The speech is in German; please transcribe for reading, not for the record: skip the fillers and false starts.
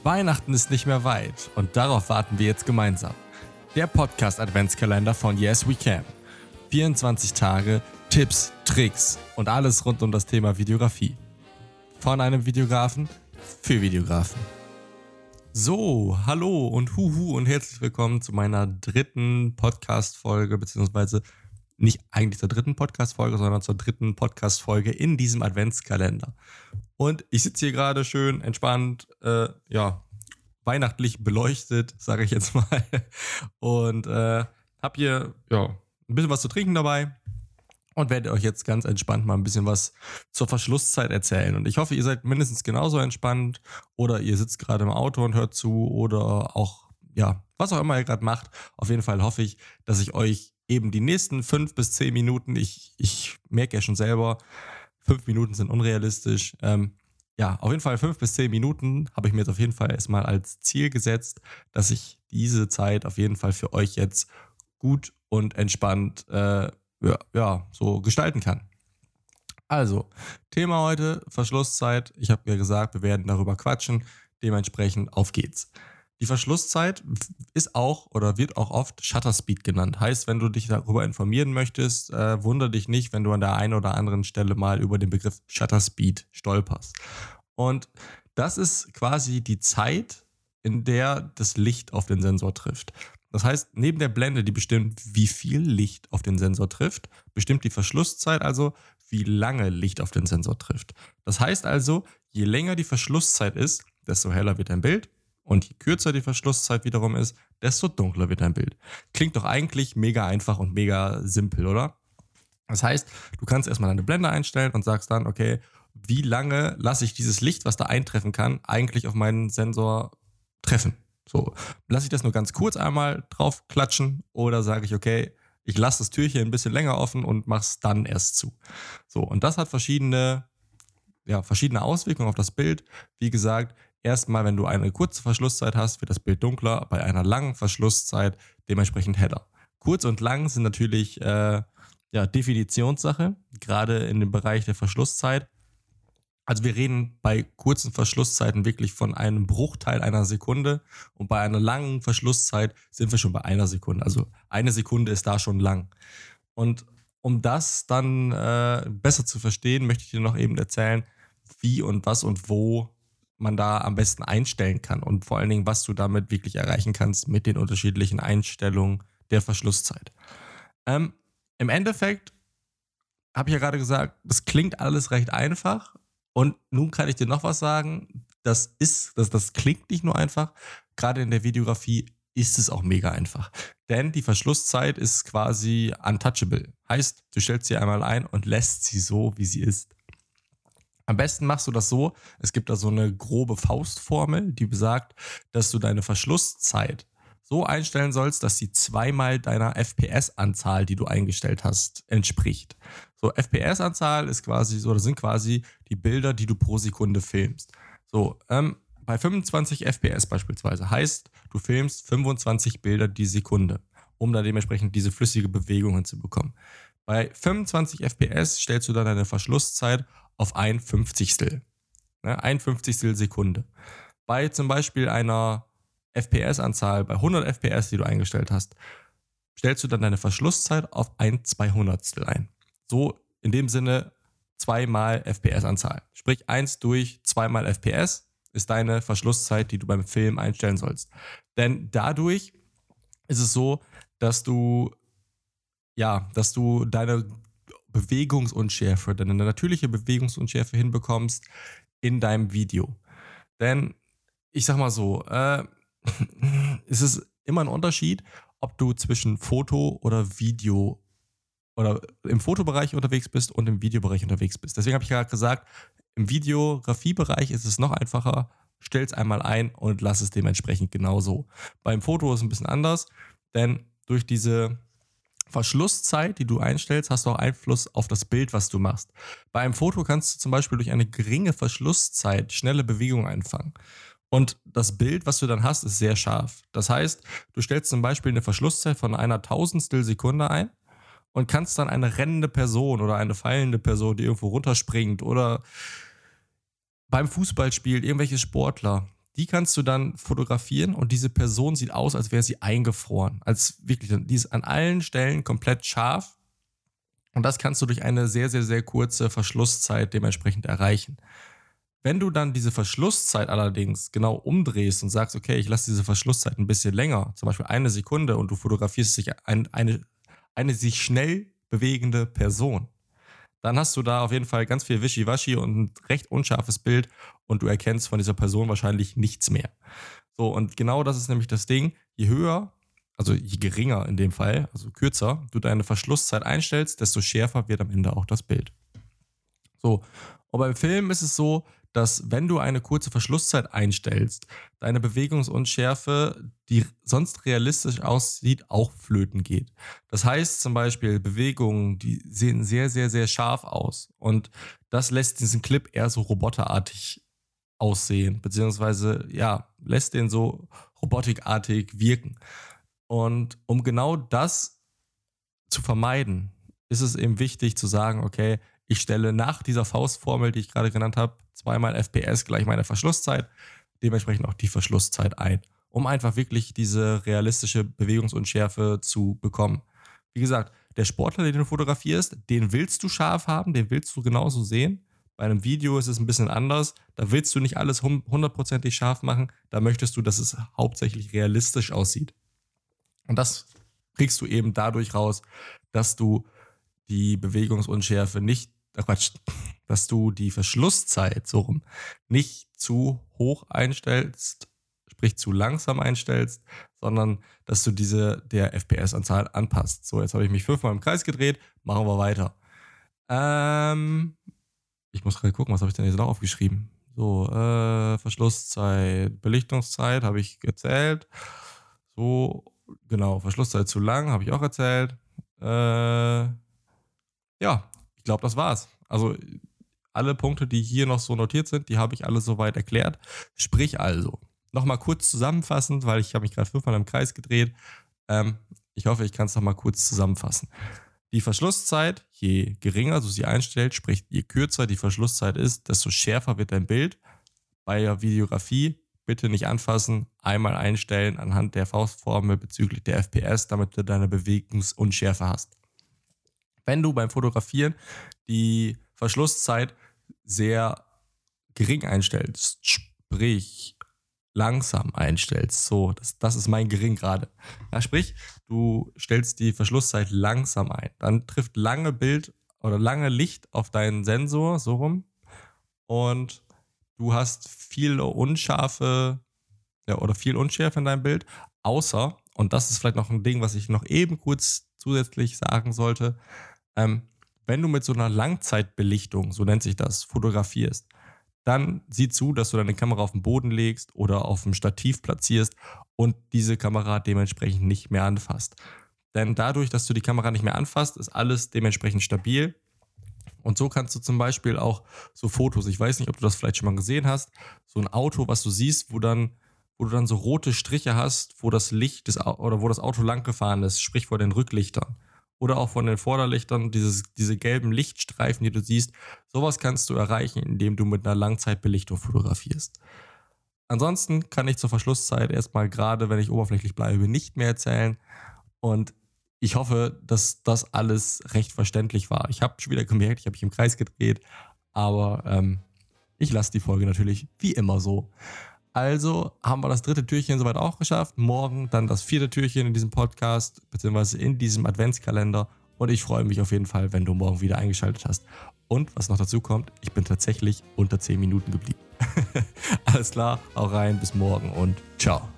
Weihnachten ist nicht mehr weit und darauf warten wir jetzt gemeinsam. Der Podcast-Adventskalender von Yes We Can. 24 Tage, Tipps, Tricks und alles rund um das Thema Videografie. Von einem Videografen für Videografen. So, hallo und huhu und herzlich willkommen zu meiner dritten Podcast-Folge, beziehungsweise nicht eigentlich zur dritten Podcast-Folge, sondern zur dritten Podcast-Folge in diesem Adventskalender. Und ich sitze hier gerade schön entspannt, weihnachtlich beleuchtet, sage ich jetzt mal. Und habe hier ein bisschen was zu trinken dabei und werde euch jetzt ganz entspannt mal ein bisschen was zur Verschlusszeit erzählen. Und ich hoffe, ihr seid mindestens genauso entspannt oder ihr sitzt gerade im Auto und hört zu oder auch, was auch immer ihr gerade macht. Auf jeden Fall hoffe ich, dass ich euch eben die nächsten 5 bis 10 Minuten, ich merke ja schon selber, 5 Minuten sind unrealistisch. Auf jeden Fall 5 bis 10 Minuten habe ich mir jetzt auf jeden Fall erstmal als Ziel gesetzt, dass ich diese Zeit auf jeden Fall für euch jetzt gut und entspannt so gestalten kann. Also, Thema heute, Verschlusszeit. Ich habe ja gesagt, wir werden darüber quatschen. Dementsprechend auf geht's. Die Verschlusszeit ist auch oder wird auch oft Shutter Speed genannt. Heißt, wenn du dich darüber informieren möchtest, wundere dich nicht, wenn du an der einen oder anderen Stelle mal über den Begriff Shutter Speed stolperst. Und das ist quasi die Zeit, in der das Licht auf den Sensor trifft. Das heißt, neben der Blende, die bestimmt, wie viel Licht auf den Sensor trifft, bestimmt die Verschlusszeit also, wie lange Licht auf den Sensor trifft. Das heißt also, je länger die Verschlusszeit ist, desto heller wird dein Bild. Und je kürzer die Verschlusszeit wiederum ist, desto dunkler wird dein Bild. Klingt doch eigentlich mega einfach und mega simpel, oder? Das heißt, du kannst erstmal deine Blende einstellen und sagst dann, okay, wie lange lasse ich dieses Licht, was da eintreffen kann, eigentlich auf meinen Sensor treffen? So, lasse ich das nur ganz kurz einmal drauf klatschen oder sage ich, okay, ich lasse das Türchen ein bisschen länger offen und mache es dann erst zu. So, und das hat verschiedene Auswirkungen auf das Bild. Wie gesagt, erstmal, wenn du eine kurze Verschlusszeit hast, wird das Bild dunkler, bei einer langen Verschlusszeit dementsprechend heller. Kurz und lang sind natürlich Definitionssache, gerade in dem Bereich der Verschlusszeit. Also wir reden bei kurzen Verschlusszeiten wirklich von einem Bruchteil einer Sekunde und bei einer langen Verschlusszeit sind wir schon bei einer Sekunde. Also eine Sekunde ist da schon lang. Und um das dann besser zu verstehen, möchte ich dir noch eben erzählen, wie und was und wo man da am besten einstellen kann und vor allen Dingen, was du damit wirklich erreichen kannst mit den unterschiedlichen Einstellungen der Verschlusszeit. Im Endeffekt habe ich ja gerade gesagt, das klingt alles recht einfach und nun kann ich dir noch was sagen, das klingt nicht nur einfach, gerade in der Videografie ist es auch mega einfach, denn die Verschlusszeit ist quasi untouchable, heißt, du stellst sie einmal ein und lässt sie so, wie sie ist. Am besten machst du das so, es gibt da so eine grobe Faustformel, die besagt, dass du deine Verschlusszeit so einstellen sollst, dass sie 2-mal deiner FPS-Anzahl, die du eingestellt hast, entspricht. So, FPS-Anzahl ist sind quasi die Bilder, die du pro Sekunde filmst. So, bei 25 FPS beispielsweise heißt, du filmst 25 Bilder die Sekunde, um dann dementsprechend diese flüssige Bewegung hinzubekommen. Bei 25 FPS stellst du dann deine Verschlusszeit auf 1/50. Ne, 1/50 Sekunde. Bei zum Beispiel einer FPS-Anzahl, bei 100 FPS, die du eingestellt hast, stellst du dann deine Verschlusszeit auf 1/200 ein. So in dem Sinne 2-mal FPS-Anzahl. Sprich 1 durch 2-mal FPS ist deine Verschlusszeit, die du beim Film einstellen sollst. Denn dadurch ist es so, dass du deine Bewegungsunschärfe, deine natürliche Bewegungsunschärfe hinbekommst in deinem Video. Denn ich sag mal so, es ist immer ein Unterschied, ob du zwischen Foto oder Video oder im Fotobereich unterwegs bist und im Videobereich unterwegs bist. Deswegen habe ich gerade gesagt, im Videografiebereich ist es noch einfacher, stell es einmal ein und lass es dementsprechend genauso. Beim Foto ist es ein bisschen anders, denn durch diese Verschlusszeit, die du einstellst, hast du auch Einfluss auf das Bild, was du machst. Bei einem Foto kannst du zum Beispiel durch eine geringe Verschlusszeit schnelle Bewegung einfangen. Und das Bild, was du dann hast, ist sehr scharf. Das heißt, du stellst zum Beispiel eine Verschlusszeit von 1/1000 Sekunde ein und kannst dann eine rennende Person oder eine fallende Person, die irgendwo runterspringt oder beim Fußballspiel irgendwelche Sportler, die kannst du dann fotografieren und diese Person sieht aus, als wäre sie eingefroren. Als wirklich, die ist an allen Stellen komplett scharf. Und das kannst du durch eine sehr, sehr, sehr kurze Verschlusszeit dementsprechend erreichen. Wenn du dann diese Verschlusszeit allerdings genau umdrehst und sagst, okay, ich lasse diese Verschlusszeit ein bisschen länger, zum Beispiel 1 Sekunde, und du fotografierst eine sich schnell bewegende Person, dann hast du da auf jeden Fall ganz viel Wischiwaschi und ein recht unscharfes Bild und du erkennst von dieser Person wahrscheinlich nichts mehr. So, und genau das ist nämlich das Ding. Je höher, also je geringer in dem Fall, also kürzer, du deine Verschlusszeit einstellst, desto schärfer wird am Ende auch das Bild. So, und beim Film ist es so, dass wenn du eine kurze Verschlusszeit einstellst, deine Bewegungsunschärfe, die sonst realistisch aussieht, auch flöten geht. Das heißt zum Beispiel, Bewegungen, die sehen sehr, sehr, sehr scharf aus. Und das lässt diesen Clip eher so roboterartig aussehen, beziehungsweise, ja, lässt den so robotikartig wirken. Und um genau das zu vermeiden, ist es eben wichtig zu sagen, okay, ich stelle nach dieser Faustformel, die ich gerade genannt habe, 2 FPS gleich meine Verschlusszeit, dementsprechend auch die Verschlusszeit ein, um einfach wirklich diese realistische Bewegungsunschärfe zu bekommen. Wie gesagt, der Sportler, den du fotografierst, den willst du scharf haben, den willst du genauso sehen. Bei einem Video ist es ein bisschen anders. Da willst du nicht alles 100%ig scharf machen. Da möchtest du, dass es hauptsächlich realistisch aussieht. Und das kriegst du eben dadurch raus, dass du die Bewegungsunschärfe dass du die Verschlusszeit so rum nicht zu hoch einstellst, sprich zu langsam einstellst, sondern dass du der FPS-Anzahl anpasst. So, jetzt habe ich mich 5-mal im Kreis gedreht, machen wir weiter. Ich muss gerade gucken, was habe ich denn jetzt noch aufgeschrieben? So, Verschlusszeit, Belichtungszeit habe ich erzählt. So, genau, Verschlusszeit zu lang habe ich auch erzählt. Ja, ich glaube, das war's. Also alle Punkte, die hier noch so notiert sind, die habe ich alle soweit erklärt. Sprich also, nochmal kurz zusammenfassend, weil ich habe mich gerade 5-mal im Kreis gedreht. Ich hoffe, ich kann es nochmal kurz zusammenfassen. Die Verschlusszeit, je geringer du sie einstellst, sprich je kürzer die Verschlusszeit ist, desto schärfer wird dein Bild. Bei der Videografie bitte nicht anfassen, einmal einstellen anhand der Faustformel bezüglich der FPS, damit du deine Bewegungsunschärfe hast. Wenn du beim Fotografieren die Verschlusszeit sehr gering einstellst, sprich langsam einstellst, so, das ist mein gering gerade. Ja, sprich, du stellst die Verschlusszeit langsam ein, dann trifft lange Licht auf deinen Sensor, so rum, und du hast viel Unschärfe in deinem Bild, außer, und das ist vielleicht noch ein Ding, was ich noch eben kurz zusätzlich sagen sollte, wenn du mit so einer Langzeitbelichtung, so nennt sich das, fotografierst, dann sieh zu, dass du deine Kamera auf den Boden legst oder auf dem Stativ platzierst und diese Kamera dementsprechend nicht mehr anfasst. Denn dadurch, dass du die Kamera nicht mehr anfasst, ist alles dementsprechend stabil. Und so kannst du zum Beispiel auch so Fotos, ich weiß nicht, ob du das vielleicht schon mal gesehen hast, so ein Auto, was du siehst, wo du dann so rote Striche hast, wo das wo das Auto lang gefahren ist, sprich vor den Rücklichtern. Oder auch von den Vorderlichtern, diese gelben Lichtstreifen, die du siehst. Sowas kannst du erreichen, indem du mit einer Langzeitbelichtung fotografierst. Ansonsten kann ich zur Verschlusszeit erstmal gerade, wenn ich oberflächlich bleibe, nicht mehr erzählen. Und ich hoffe, dass das alles recht verständlich war. Ich habe schon wieder gemerkt, ich habe mich im Kreis gedreht. Aber ich lasse die Folge natürlich wie immer so. Also haben wir das 3. Türchen soweit auch geschafft. Morgen dann das 4. Türchen in diesem Podcast, beziehungsweise in diesem Adventskalender. Und ich freue mich auf jeden Fall, wenn du morgen wieder eingeschaltet hast. Und was noch dazu kommt, ich bin tatsächlich unter 10 Minuten geblieben. Alles klar, hau rein, bis morgen und ciao.